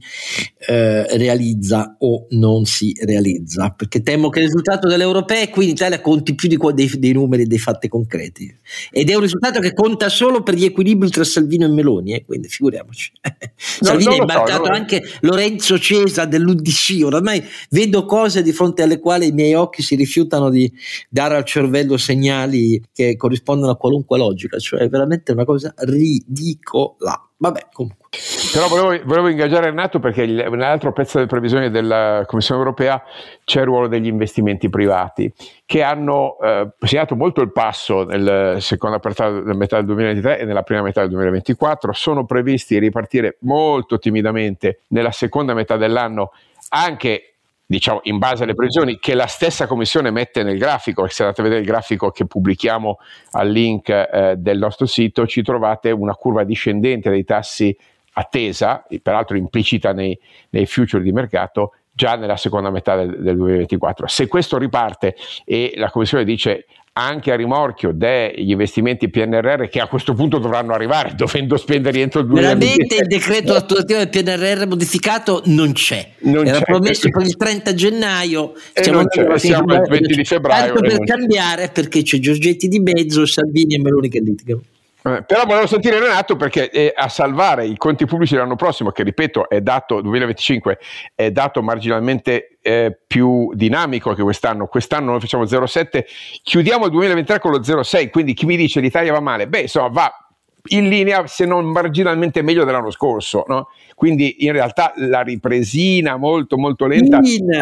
realizza o non si realizza, perché temo che il risultato delle europee qui in Italia conti più dei numeri e dei fatti concreti, ed è un risultato che conta solo per gli equilibri tra Salvini e Meloni, quindi figuriamoci. Salvini ha imbarcato anche Lorenzo Cesa dell'UDC. Ormai vedo cose di fronte alle quali i miei occhi si rifiutano di dare al cervello segnali che corrispondono a qualunque logica, cioè è veramente una cosa ridicola. Vabbè, comunque. Però volevo ingaggiare Renato, perché nell'altro pezzo delle previsioni della Commissione europea c'è il ruolo degli investimenti privati, che hanno segnato molto il passo nella seconda metà del 2023 e nella prima metà del 2024. Sono previsti ripartire molto timidamente nella seconda metà dell'anno, anche diciamo in base alle previsioni che la stessa Commissione mette nel grafico. Se andate a vedere il grafico che pubblichiamo al link del nostro sito, ci trovate una curva discendente dei tassi attesa, peraltro implicita nei future di mercato, già nella seconda metà del 2024. Se questo riparte e la Commissione dice anche a rimorchio degli investimenti PNRR, che a questo punto dovranno arrivare, dovendo spendere entro il 2023. Veramente il decreto attuativo del PNRR modificato non c'è. Era promesso per il 30 gennaio, siamo al 20 di febbraio. Tanto per cambiare, perché c'è Giorgetti di mezzo, Salvini e Meloni che litigano. Però volevo sentire Renato, perché a salvare i conti pubblici l'anno prossimo, che ripeto è dato 2025, è dato marginalmente più dinamico che quest'anno noi facciamo 0,7, chiudiamo il 2023 con lo 0,6, quindi chi mi dice l'Italia va male, insomma va in linea, se non marginalmente meglio dell'anno scorso, no? Quindi in realtà la ripresina molto molto lenta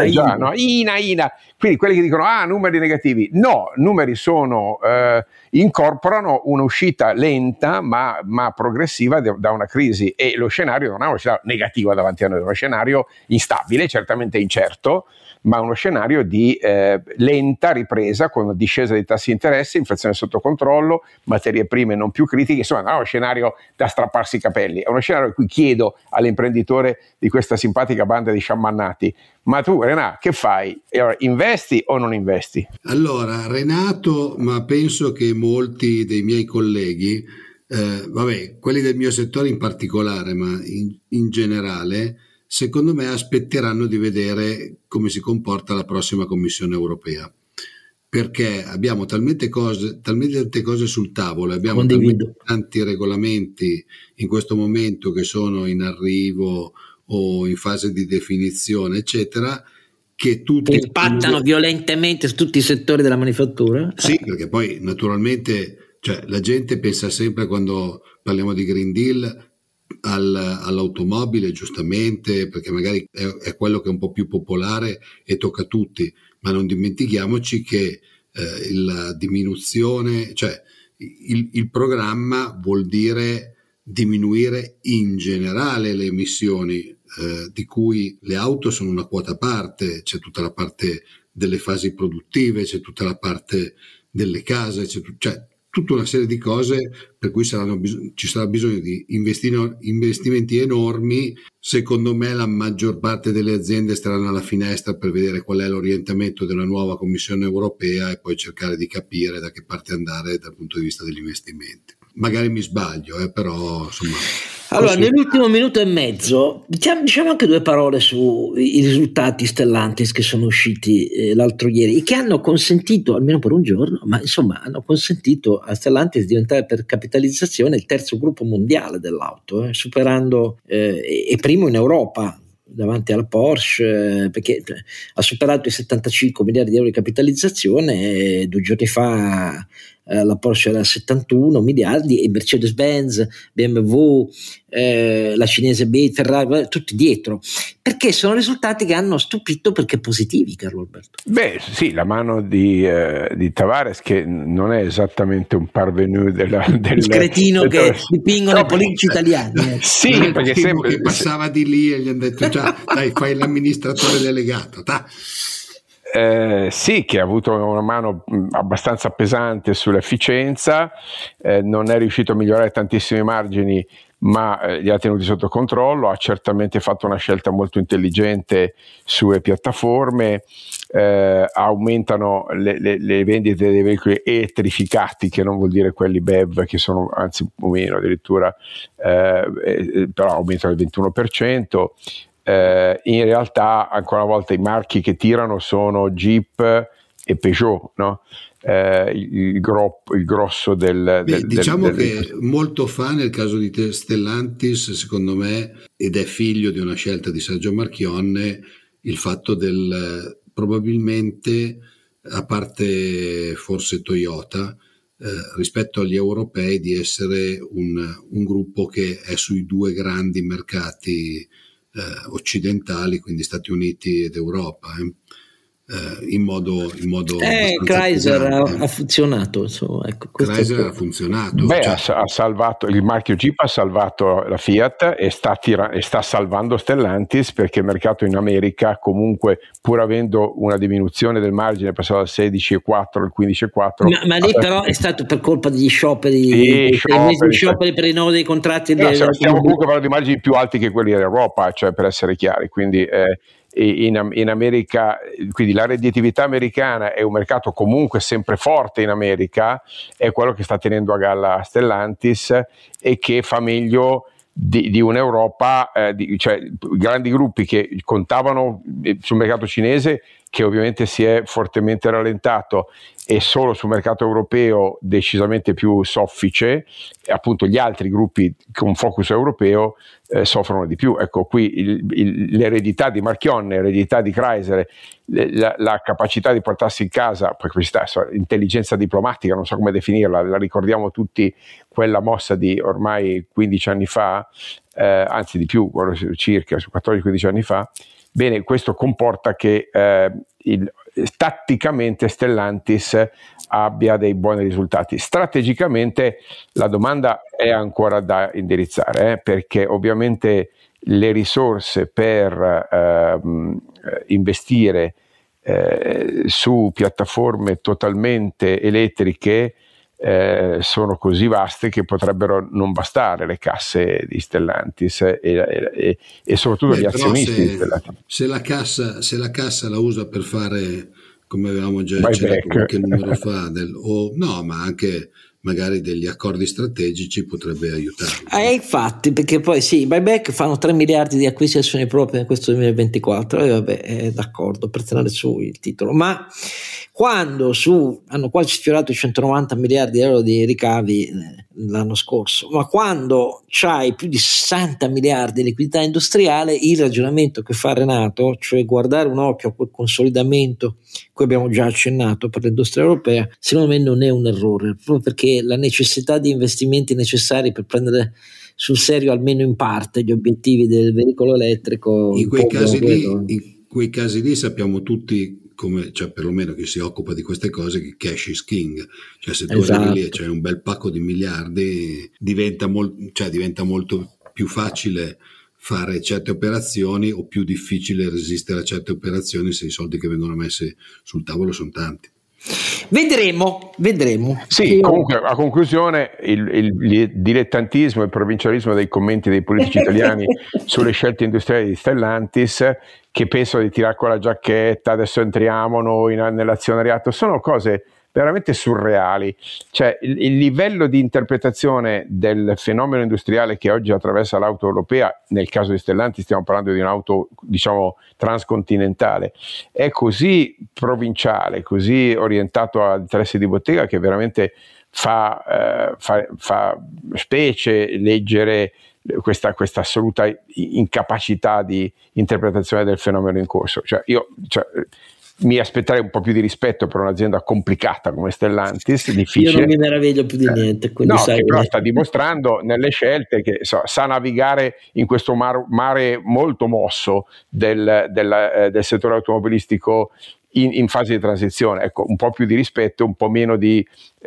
Ina. Quindi quelli che dicono numeri negativi, no, numeri sono incorporano un'uscita lenta ma progressiva da una crisi, e lo scenario non è uno scenario negativo davanti a noi, è uno scenario instabile, certamente incerto, ma uno scenario di lenta ripresa, con discesa dei tassi di interesse, inflazione sotto controllo, materie prime non più critiche. Insomma, non è uno scenario da strapparsi i capelli, è uno scenario in cui chiedo all'imprenditore di questa simpatica banda di sciamannati: ma tu Renato che fai? Allora, investi o non investi? Allora Renato, ma penso che molti dei miei colleghi, quelli del mio settore in particolare, ma in generale, secondo me aspetteranno di vedere come si comporta la prossima Commissione europea, perché abbiamo talmente tante cose sul tavolo, abbiamo talmente tanti regolamenti in questo momento che sono in arrivo o in fase di definizione, eccetera, che tutti impattano violentemente su tutti i settori della manifattura. Sì, perché poi naturalmente, cioè, la gente pensa sempre, quando parliamo di Green Deal, all'automobile, giustamente, perché magari è quello che è un po' più popolare e tocca a tutti, ma non dimentichiamoci che la diminuzione, cioè il programma vuol dire diminuire in generale le emissioni, di cui le auto sono una quota a parte. C'è tutta la parte delle fasi produttive, c'è tutta la parte delle case, cioè tutta una serie di cose per cui ci sarà bisogno di investimenti enormi. Secondo me la maggior parte delle aziende staranno alla finestra per vedere qual è l'orientamento della nuova Commissione europea e poi cercare di capire da che parte andare dal punto di vista degli investimenti. Magari mi sbaglio, però insomma. Allora, nell'ultimo minuto e mezzo diciamo anche due parole sui risultati Stellantis che sono usciti l'altro ieri e che hanno consentito, almeno per un giorno, ma insomma hanno consentito a Stellantis di diventare per capitalizzazione il terzo gruppo mondiale dell'auto, superando e primo in Europa davanti alla Porsche, perché ha superato i 75 miliardi di euro di capitalizzazione, e 2 giorni fa la Porsche era a 71 miliardi e Mercedes-Benz, BMW, la cinese Ferrari, tutti dietro, perché sono risultati che hanno stupito, perché positivi, Carlo Alberto. Sì, la mano di Tavares, che non è esattamente un parvenu il cretino che dipingono i politici italiani. Sì, perché sempre che passava di lì e gli hanno detto dai, fai l'amministratore delegato, sì, che ha avuto una mano abbastanza pesante sull'efficienza, non è riuscito a migliorare tantissimi margini, ma li ha tenuti sotto controllo, ha certamente fatto una scelta molto intelligente sulle piattaforme, aumentano le vendite dei veicoli elettrificati, che non vuol dire quelli BEV, che sono anzi un po' meno addirittura, però aumentano il 21%. In realtà ancora una volta i marchi che tirano sono Jeep e Peugeot, no? Il grosso diciamo che molto fa nel caso di Stellantis, secondo me, ed è figlio di una scelta di Sergio Marchionne, il fatto del probabilmente, a parte forse Toyota, rispetto agli europei, di essere un gruppo che è sui due grandi mercati occidentali, quindi Stati Uniti ed Europa, in modo Chrysler ha funzionato, insomma, ecco, Chrysler ha funzionato. Beh, ha salvato il marchio Jeep, ha salvato la Fiat e sta salvando Stellantis, perché il mercato in America comunque, pur avendo una diminuzione del margine, passato dal 16,4 al 15,4. Ma lì però è stato per colpa degli scioperi, scioperi per i rinnovo dei contratti. Stiamo comunque parlando di margini più alti che quelli dell'Europa, cioè, per essere chiari, quindi in America, quindi la redditività americana è un mercato comunque sempre forte in America, è quello che sta tenendo a galla Stellantis e che fa meglio di un'Europa, cioè grandi gruppi che contavano sul mercato cinese, che ovviamente si è fortemente rallentato, e solo sul mercato europeo decisamente più soffice, e appunto gli altri gruppi con focus europeo soffrono di più. Ecco, qui l'eredità di Marchionne, l'eredità di Chrysler, la capacità di portarsi in casa, poi questa intelligenza diplomatica, non so come definirla, la ricordiamo tutti, quella mossa di ormai 15 anni fa, anzi di più, circa 14-15 anni fa. Bene, questo comporta che tatticamente Stellantis abbia dei buoni risultati. Strategicamente la domanda è ancora da indirizzare, perché ovviamente le risorse per investire su piattaforme totalmente elettriche sono così vaste che potrebbero non bastare le casse di Stellantis e soprattutto gli azionisti di Stellantis. Se la cassa la usa per fare, come avevamo già accennato qualche numero fa, ma anche magari degli accordi strategici, potrebbe aiutare. Infatti, perché poi sì, i buyback fanno 3 miliardi di acquisizioni proprie in questo 2024, e vabbè, d'accordo, per tenere su il titolo, ma quando hanno quasi sfiorato i 190 miliardi di euro di ricavi l'anno scorso, ma quando c'hai più di 60 miliardi di liquidità industriale, il ragionamento che fa Renato, cioè guardare un occhio a quel consolidamento cui abbiamo già accennato per l'industria europea, secondo me non è un errore, proprio perché la necessità di investimenti necessari per prendere sul serio, almeno in parte, gli obiettivi del veicolo elettrico. In quei casi lì sappiamo tutti, come, cioè perlomeno chi si occupa di queste cose, che cash is king, cioè se tu arrivi lì e c'è un bel pacco di miliardi, diventa molto più facile fare certe operazioni, o più difficile resistere a certe operazioni se i soldi che vengono messi sul tavolo sono tanti. Vedremo. Sì, comunque a conclusione il dilettantismo e il provincialismo dei commenti dei politici italiani sulle scelte industriali di Stellantis, che pensano di tirare con la giacchetta, adesso entriamo noi nell'azionariato, sono cose veramente surreali. Cioè il livello di interpretazione del fenomeno industriale che oggi attraversa l'auto europea, nel caso di Stellantis stiamo parlando di un'auto, diciamo, transcontinentale, è così provinciale, così orientato a interessi di bottega, che veramente fa specie leggere questa assoluta incapacità di interpretazione del fenomeno in corso. Mi aspetterei un po' più di rispetto per un'azienda complicata come Stellantis, difficile. Io non mi meraviglio più di niente. No, che però sta dimostrando nelle scelte che sa navigare in questo mare molto mosso del settore automobilistico in fase di transizione. Ecco, un po' più di rispetto, un po' meno di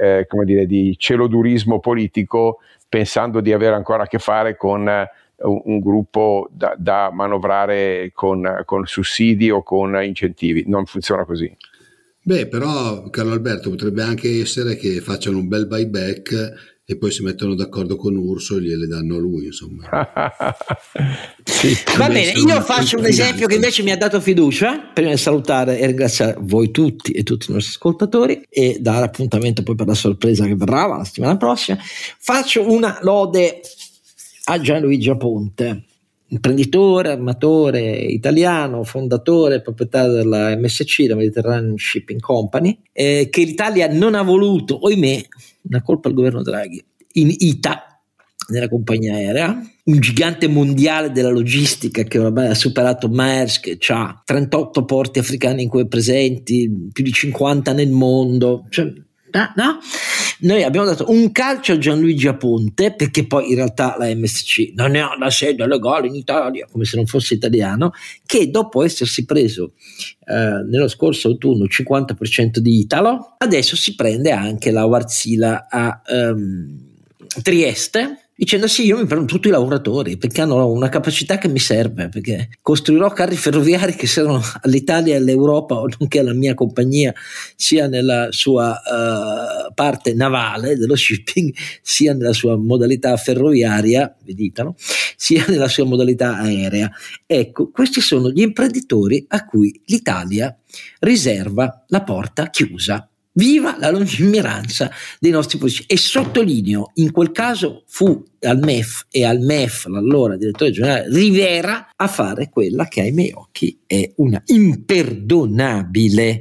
celodurismo politico, pensando di avere ancora a che fare con un gruppo da manovrare con sussidi o con incentivi. Non funziona così. Beh, però Carlo Alberto, potrebbe anche essere che facciano un bel buyback e poi si mettono d'accordo con Urso e gliele danno a lui, insomma. Sì. Va bene, io faccio un esempio che invece mi ha dato fiducia, prima di salutare e ringraziare voi tutti e tutti i nostri ascoltatori e dare appuntamento poi per la sorpresa che verrà la settimana prossima. Faccio una lode a Gianluigi Aponte, imprenditore, armatore italiano, fondatore e proprietario della MSC, la Mediterranean Shipping Company, che l'Italia non ha voluto, ohimè, una colpa al governo Draghi, in ITA, nella compagnia aerea, un gigante mondiale della logistica che ormai ha superato Maersk, che ha 38 porti africani in cui è presenti, più di 50 nel mondo, cioè, no? Noi abbiamo dato un calcio a Gianluigi Aponte, perché poi in realtà la MSC non ha la sede legale in Italia, come se non fosse italiano, che dopo essersi preso nello scorso autunno il 50% di Italo, adesso si prende anche la Wärtsilä a Trieste, dicendo sì, io mi prendo tutti i lavoratori perché hanno una capacità che mi serve, perché costruirò carri ferroviari che servono all'Italia e all'Europa, nonché alla mia compagnia, sia nella sua parte navale dello shipping, sia nella sua modalità ferroviaria, veditelo, sia nella sua modalità aerea. Ecco, questi sono gli imprenditori a cui l'Italia riserva la porta chiusa. Viva la lungimiranza dei nostri politici, e sottolineo, in quel caso fu al MEF e al MEF, l'allora direttore generale Rivera, a fare quella che ai miei occhi è una imperdonabile,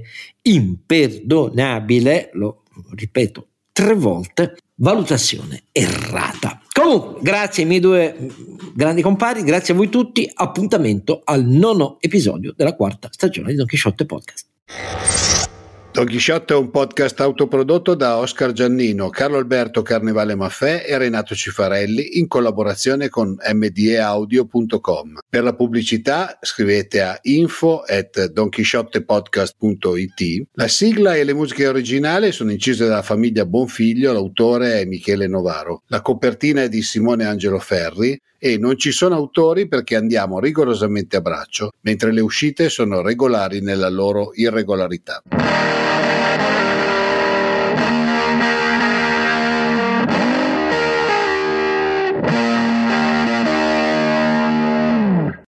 lo ripeto 3 volte, valutazione errata. Comunque, grazie ai miei 2 grandi compari, grazie a voi tutti, appuntamento al 9° episodio della 4ª stagione di Don Chisciotte Podcast. Don Chisciotte è un podcast autoprodotto da Oscar Giannino, Carlo Alberto Carnevale Maffè e Renato Cifarelli in collaborazione con mdeaudio.com. Per la pubblicità scrivete a info@donchisciottepodcast.it. La sigla e le musiche originali sono incise dalla famiglia Bonfiglio, l'autore è Michele Novaro. La copertina è di Simone Angelo Ferri e non ci sono autori perché andiamo rigorosamente a braccio, mentre le uscite sono regolari nella loro irregolarità.